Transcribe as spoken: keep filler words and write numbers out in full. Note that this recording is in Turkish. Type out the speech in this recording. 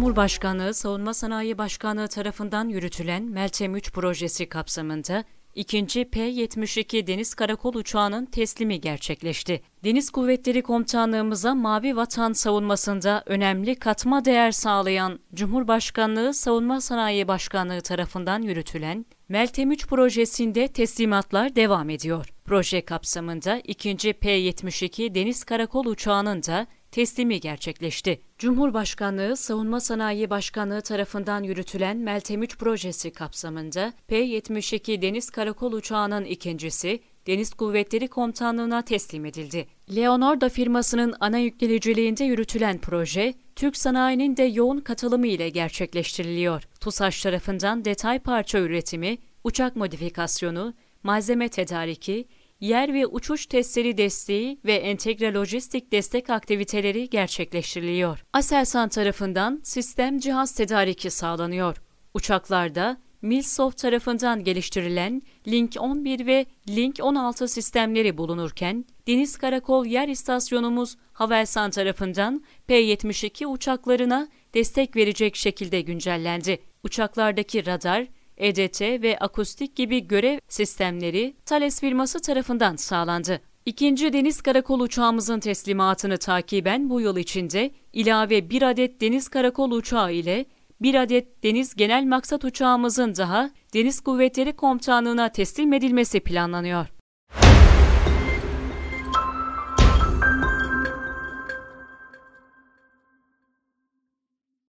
Cumhurbaşkanlığı Savunma Sanayi Başkanlığı tarafından yürütülen Meltem üç projesi kapsamında ikinci P yetmiş iki Deniz Karakol Uçağı'nın teslimi gerçekleşti. Deniz Kuvvetleri Komutanlığımıza Mavi Vatan savunmasında önemli katma değer sağlayan Cumhurbaşkanlığı Savunma Sanayi Başkanlığı tarafından yürütülen Meltem üç projesinde teslimatlar devam ediyor. Proje kapsamında ikinci P yetmiş iki Deniz Karakol Uçağı'nın da teslimi gerçekleşti. Cumhurbaşkanlığı Savunma Sanayi Başkanlığı tarafından yürütülen Meltem üç projesi kapsamında P yetmiş iki Deniz Karakol Uçağı'nın ikincisi Deniz Kuvvetleri Komutanlığı'na teslim edildi. Leonardo firmasının ana yükleniciliğinde yürütülen proje, Türk sanayinin de yoğun katılımı ile gerçekleştiriliyor. TUSAŞ tarafından detay parça üretimi, uçak modifikasyonu, malzeme tedariki, yer ve uçuş testleri desteği ve entegre lojistik destek aktiviteleri gerçekleştiriliyor. Aselsan tarafından sistem cihaz tedariki sağlanıyor. Uçaklarda Milsoft tarafından geliştirilen Link on bir ve Link on altı sistemleri bulunurken, Deniz Karakol Yer İstasyonumuz Havelsan tarafından P yetmiş iki uçaklarına destek verecek şekilde güncellendi. Uçaklardaki radar, E D T ve akustik gibi görev sistemleri Thales firması tarafından sağlandı. İkinci Deniz Karakol uçağımızın teslimatını takiben bu yıl içinde ilave bir adet Deniz Karakol uçağı ile bir adet Deniz Genel Maksat uçağımızın daha Deniz Kuvvetleri Komutanlığı'na teslim edilmesi planlanıyor.